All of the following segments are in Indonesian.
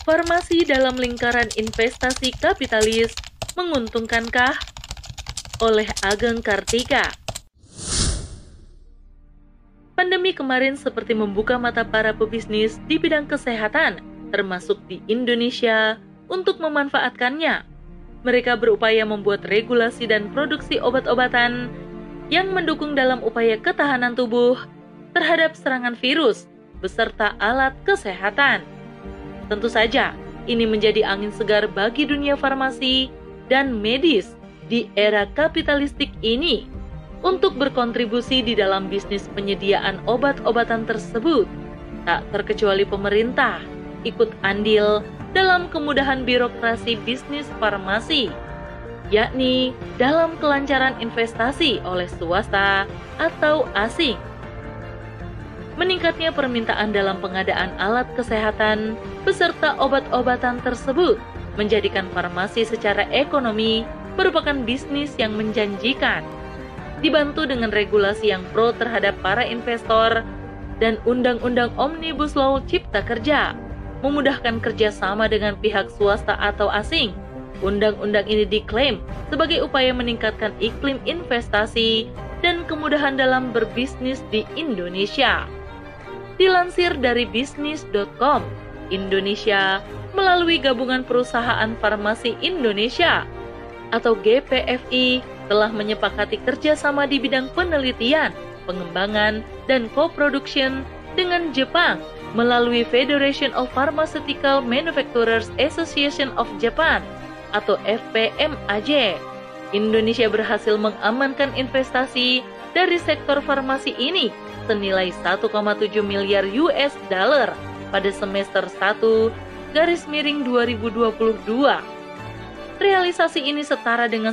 Farmasi dalam lingkaran investasi kapitalis menguntungkankah? Oleh Ageng Kartika. Pandemi kemarin seperti membuka mata para pebisnis di bidang kesehatan, termasuk di Indonesia, untuk memanfaatkannya. Mereka berupaya membuat regulasi dan produksi obat-obatan yang mendukung dalam upaya ketahanan tubuh terhadap serangan virus beserta alat kesehatan. Tentu saja, ini menjadi angin segar bagi dunia farmasi dan medis di era kapitalistik ini untuk berkontribusi di dalam bisnis penyediaan obat-obatan tersebut. Tak terkecuali pemerintah ikut andil dalam kemudahan birokrasi bisnis farmasi, yakni dalam kelancaran investasi oleh swasta atau asing. Meningkatnya permintaan dalam pengadaan alat kesehatan beserta obat-obatan tersebut menjadikan farmasi secara ekonomi merupakan bisnis yang menjanjikan. Dibantu dengan regulasi yang pro terhadap para investor dan Undang-Undang Omnibus Law Cipta Kerja, memudahkan kerjasama dengan pihak swasta atau asing. Undang-undang ini diklaim sebagai upaya meningkatkan iklim investasi dan kemudahan dalam berbisnis di Indonesia. Dilansir dari bisnis.com, Indonesia melalui Gabungan Perusahaan Farmasi Indonesia atau GPFI telah menyepakati kerjasama di bidang penelitian, pengembangan, dan co-production dengan Jepang melalui Federation of Pharmaceutical Manufacturers Association of Japan atau FPMAJ. Indonesia berhasil mengamankan investasi dari sektor farmasi ini senilai 1,7 miliar US dollar pada semester 1/2022. Realisasi ini setara dengan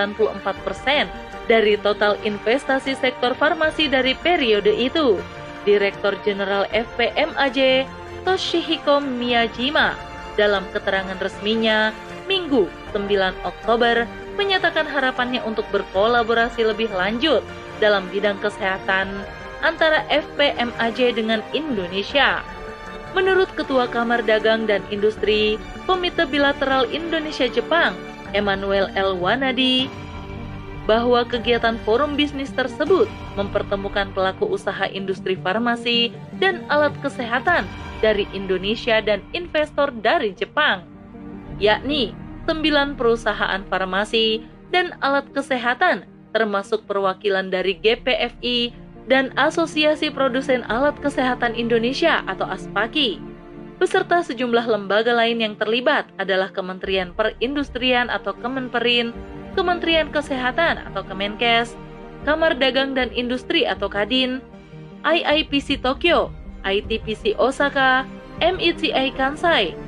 94% dari total investasi sektor farmasi dari periode itu. Direktur Jenderal FPMAJ Toshihiko Miyajima dalam keterangan resminya Minggu 9 Oktober menyatakan harapannya untuk berkolaborasi lebih lanjut dalam bidang kesehatan antara FPMAJ dengan Indonesia. Menurut Ketua Kamar Dagang dan Industri Komite Bilateral Indonesia-Jepang, Emmanuel L. Wanadi, bahwa kegiatan forum bisnis tersebut mempertemukan pelaku usaha industri farmasi dan alat kesehatan dari Indonesia dan investor dari Jepang, yakni 9 perusahaan farmasi dan alat kesehatan termasuk perwakilan dari GPFI dan Asosiasi Produsen Alat Kesehatan Indonesia atau ASPAKI, beserta sejumlah lembaga lain yang terlibat adalah Kementerian Perindustrian atau Kemenperin, Kementerian Kesehatan atau Kemenkes, Kamar Dagang dan Industri atau Kadin, IIPC Tokyo, ITPC Osaka, MICI Kansai,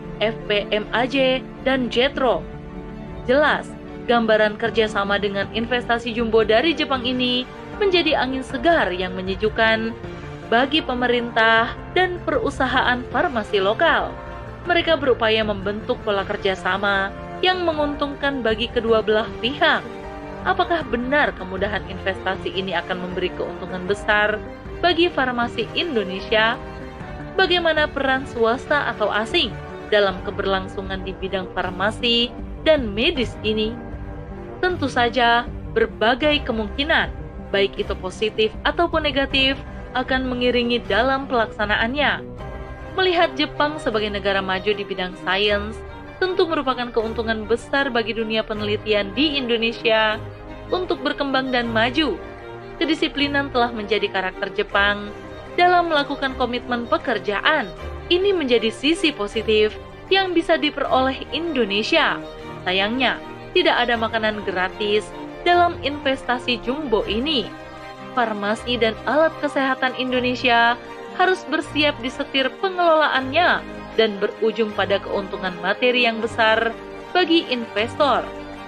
FPMAJ, dan JETRO. Jelas, gambaran kerjasama dengan investasi jumbo dari Jepang ini menjadi angin segar yang menyejukkan bagi pemerintah dan perusahaan farmasi lokal. Mereka berupaya membentuk pola kerjasama yang menguntungkan bagi kedua belah pihak. Apakah benar kemudahan investasi ini akan memberi keuntungan besar bagi farmasi Indonesia? Bagaimana peran swasta atau asing dalam keberlangsungan di bidang farmasi dan medis ini? Tentu saja berbagai kemungkinan, baik itu positif ataupun negatif, akan mengiringi dalam pelaksanaannya. Melihat Jepang sebagai negara maju di bidang sains, tentu merupakan keuntungan besar bagi dunia penelitian di Indonesia untuk berkembang dan maju. Kedisiplinan telah menjadi karakter Jepang dalam melakukan komitmen pekerjaan. Ini menjadi sisi positif yang bisa diperoleh Indonesia. Sayangnya, tidak ada makanan gratis dalam investasi jumbo ini. Farmasi dan alat kesehatan Indonesia harus bersiap disetir pengelolaannya dan berujung pada keuntungan materi yang besar bagi investor.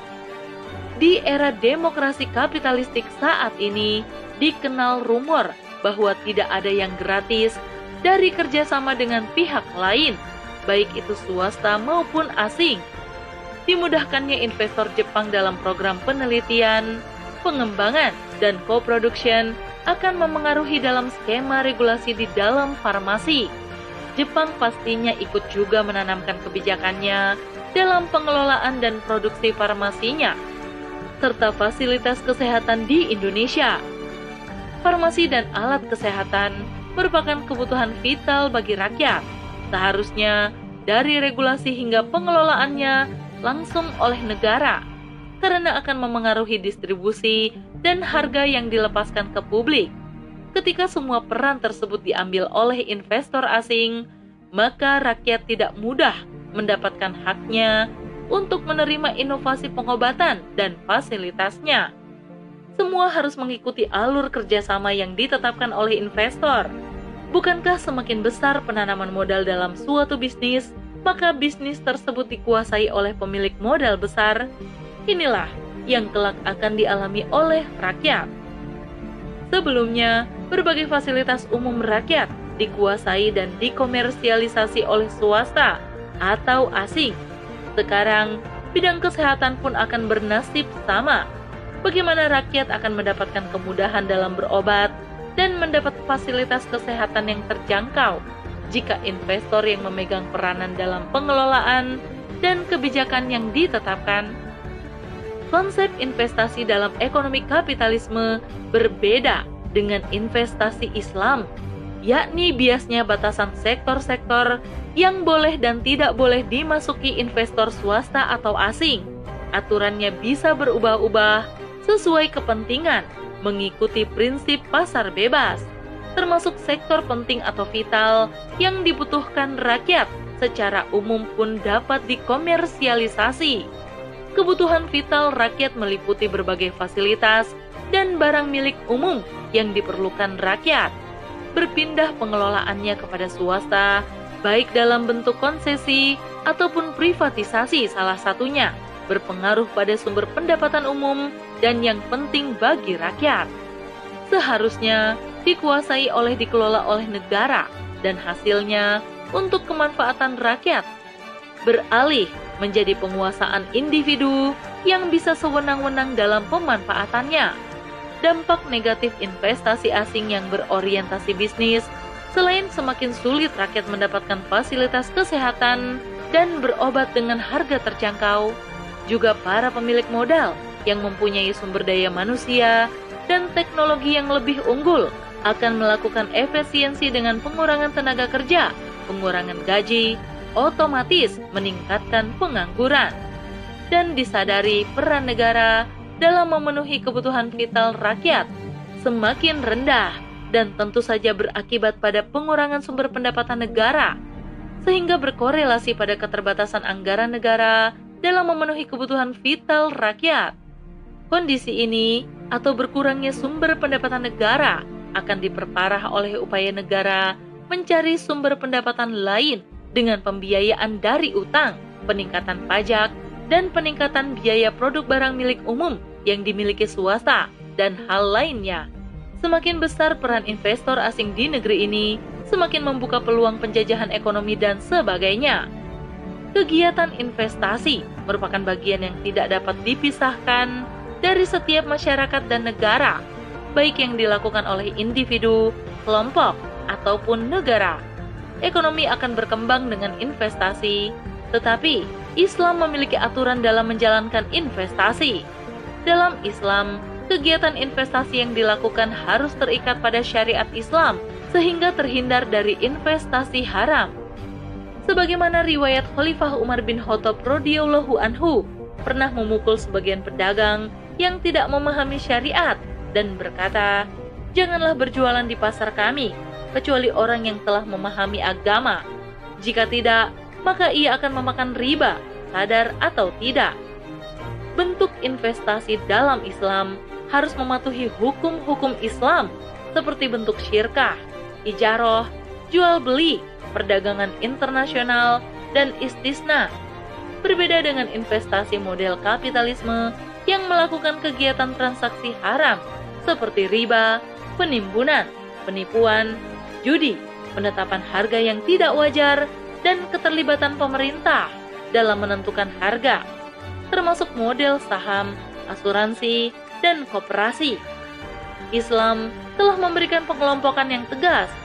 Di era demokrasi kapitalistik saat ini, dikenal rumor bahwa tidak ada yang gratis dari kerjasama dengan pihak lain, baik itu swasta maupun asing. Dimudahkannya investor Jepang dalam program penelitian, pengembangan, dan co-production akan memengaruhi dalam skema regulasi di dalam farmasi. Jepang pastinya ikut juga menanamkan kebijakannya dalam pengelolaan dan produksi farmasinya, serta fasilitas kesehatan di Indonesia. Farmasi dan alat kesehatan merupakan kebutuhan vital bagi rakyat. Seharusnya dari regulasi hingga pengelolaannya langsung oleh negara, karena akan memengaruhi distribusi dan harga yang dilepaskan ke publik. Ketika semua peran tersebut diambil oleh investor asing, maka rakyat tidak mudah mendapatkan haknya untuk menerima inovasi pengobatan dan fasilitasnya. Semua harus mengikuti alur kerjasama yang ditetapkan oleh investor. Bukankah semakin besar penanaman modal dalam suatu bisnis, maka bisnis tersebut dikuasai oleh pemilik modal besar? Inilah yang kelak akan dialami oleh rakyat. Sebelumnya, berbagai fasilitas umum rakyat dikuasai dan dikomersialisasi oleh swasta atau asing. Sekarang, bidang kesehatan pun akan bernasib sama. Bagaimana rakyat akan mendapatkan kemudahan dalam berobat dan mendapat fasilitas kesehatan yang terjangkau jika investor yang memegang peranan dalam pengelolaan dan kebijakan yang ditetapkan? Konsep investasi dalam ekonomi kapitalisme berbeda dengan investasi Islam, yakni biasnya batasan sektor-sektor yang boleh dan tidak boleh dimasuki investor swasta atau asing. Aturannya bisa berubah-ubah sesuai kepentingan, mengikuti prinsip pasar bebas, termasuk sektor penting atau vital yang dibutuhkan rakyat secara umum pun dapat dikomersialisasi. Kebutuhan vital rakyat meliputi berbagai fasilitas dan barang milik umum yang diperlukan rakyat. Berpindah pengelolaannya kepada swasta, baik dalam bentuk konsesi ataupun privatisasi salah satunya, berpengaruh pada sumber pendapatan umum dan yang penting bagi rakyat. Seharusnya dikuasai dikelola oleh negara dan hasilnya untuk kemanfaatan rakyat. Beralih menjadi penguasaan individu yang bisa sewenang-wenang dalam pemanfaatannya. Dampak negatif investasi asing yang berorientasi bisnis, selain semakin sulit rakyat mendapatkan fasilitas kesehatan dan berobat dengan harga terjangkau, juga para pemilik modal yang mempunyai sumber daya manusia dan teknologi yang lebih unggul akan melakukan efisiensi dengan pengurangan tenaga kerja, pengurangan gaji, otomatis meningkatkan pengangguran. Dan disadari peran negara dalam memenuhi kebutuhan vital rakyat semakin rendah dan tentu saja berakibat pada pengurangan sumber pendapatan negara, sehingga berkorelasi pada keterbatasan anggaran negara dalam memenuhi kebutuhan vital rakyat. Kondisi ini atau berkurangnya sumber pendapatan negara akan diperparah oleh upaya negara mencari sumber pendapatan lain dengan pembiayaan dari utang, peningkatan pajak, dan peningkatan biaya produk barang milik umum yang dimiliki swasta, dan hal lainnya. Semakin besar peran investor asing di negeri ini, semakin membuka peluang penjajahan ekonomi dan sebagainya. Kegiatan investasi merupakan bagian yang tidak dapat dipisahkan dari setiap masyarakat dan negara, baik yang dilakukan oleh individu, kelompok, ataupun negara. Ekonomi akan berkembang dengan investasi, tetapi Islam memiliki aturan dalam menjalankan investasi. Dalam Islam, kegiatan investasi yang dilakukan harus terikat pada syariat Islam, sehingga terhindar dari investasi haram. Sebagaimana riwayat Khalifah Umar bin Khattab radhiyallahu anhu pernah memukul sebagian pedagang yang tidak memahami syariat dan berkata, "Janganlah berjualan di pasar kami, kecuali orang yang telah memahami agama. Jika tidak, maka ia akan memakan riba, sadar atau tidak." Bentuk investasi dalam Islam harus mematuhi hukum-hukum Islam seperti bentuk syirkah, ijarah, jual beli, perdagangan internasional, dan istisna. Berbeda dengan investasi model kapitalisme yang melakukan kegiatan transaksi haram seperti riba, penimbunan, penipuan, judi, penetapan harga yang tidak wajar, dan keterlibatan pemerintah dalam menentukan harga, termasuk model saham, asuransi, dan koperasi. Islam telah memberikan pengelompokan yang tegas.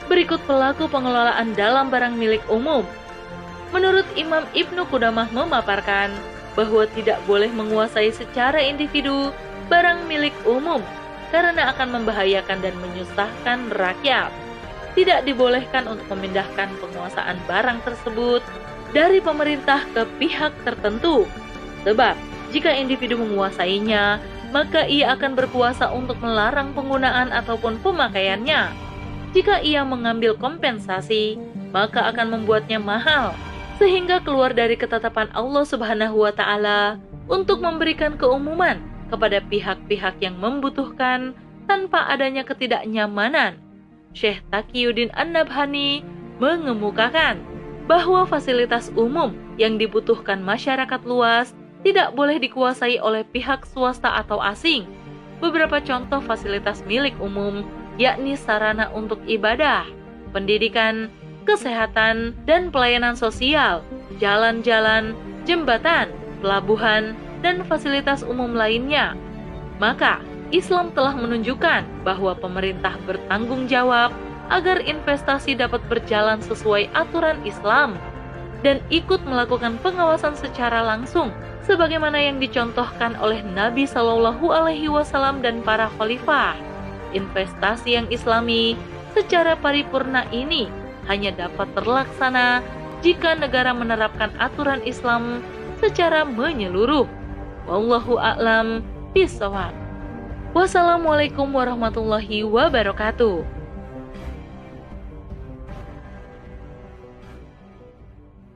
Berikut pelaku pengelolaan dalam barang milik umum. Menurut Imam Ibnu Qudamah memaparkan bahwa tidak boleh menguasai secara individu barang milik umum karena akan membahayakan dan menyusahkan rakyat. Tidak dibolehkan untuk memindahkan penguasaan barang tersebut dari pemerintah ke pihak tertentu. Sebab, jika individu menguasainya, maka ia akan berkuasa untuk melarang penggunaan ataupun pemakaiannya. Jika ia mengambil kompensasi, maka akan membuatnya mahal, sehingga keluar dari ketetapan Allah Subhanahu wa Ta'ala untuk memberikan keumuman kepada pihak-pihak yang membutuhkan tanpa adanya ketidaknyamanan. Syekh Taqiyuddin An-Nabhani mengemukakan bahwa fasilitas umum yang dibutuhkan masyarakat luas tidak boleh dikuasai oleh pihak swasta atau asing. Beberapa contoh fasilitas milik umum yakni sarana untuk ibadah, pendidikan, kesehatan, dan pelayanan sosial, jalan-jalan, jembatan, pelabuhan, dan fasilitas umum lainnya. Maka, Islam telah menunjukkan bahwa pemerintah bertanggung jawab agar investasi dapat berjalan sesuai aturan Islam dan ikut melakukan pengawasan secara langsung sebagaimana yang dicontohkan oleh Nabi Shallallahu Alaihi Wasallam dan para khalifah. Investasi yang Islami secara paripurna ini hanya dapat terlaksana jika negara menerapkan aturan Islam secara menyeluruh. Wallahu a'lam bishawab. Wassalamualaikum warahmatullahi wabarakatuh.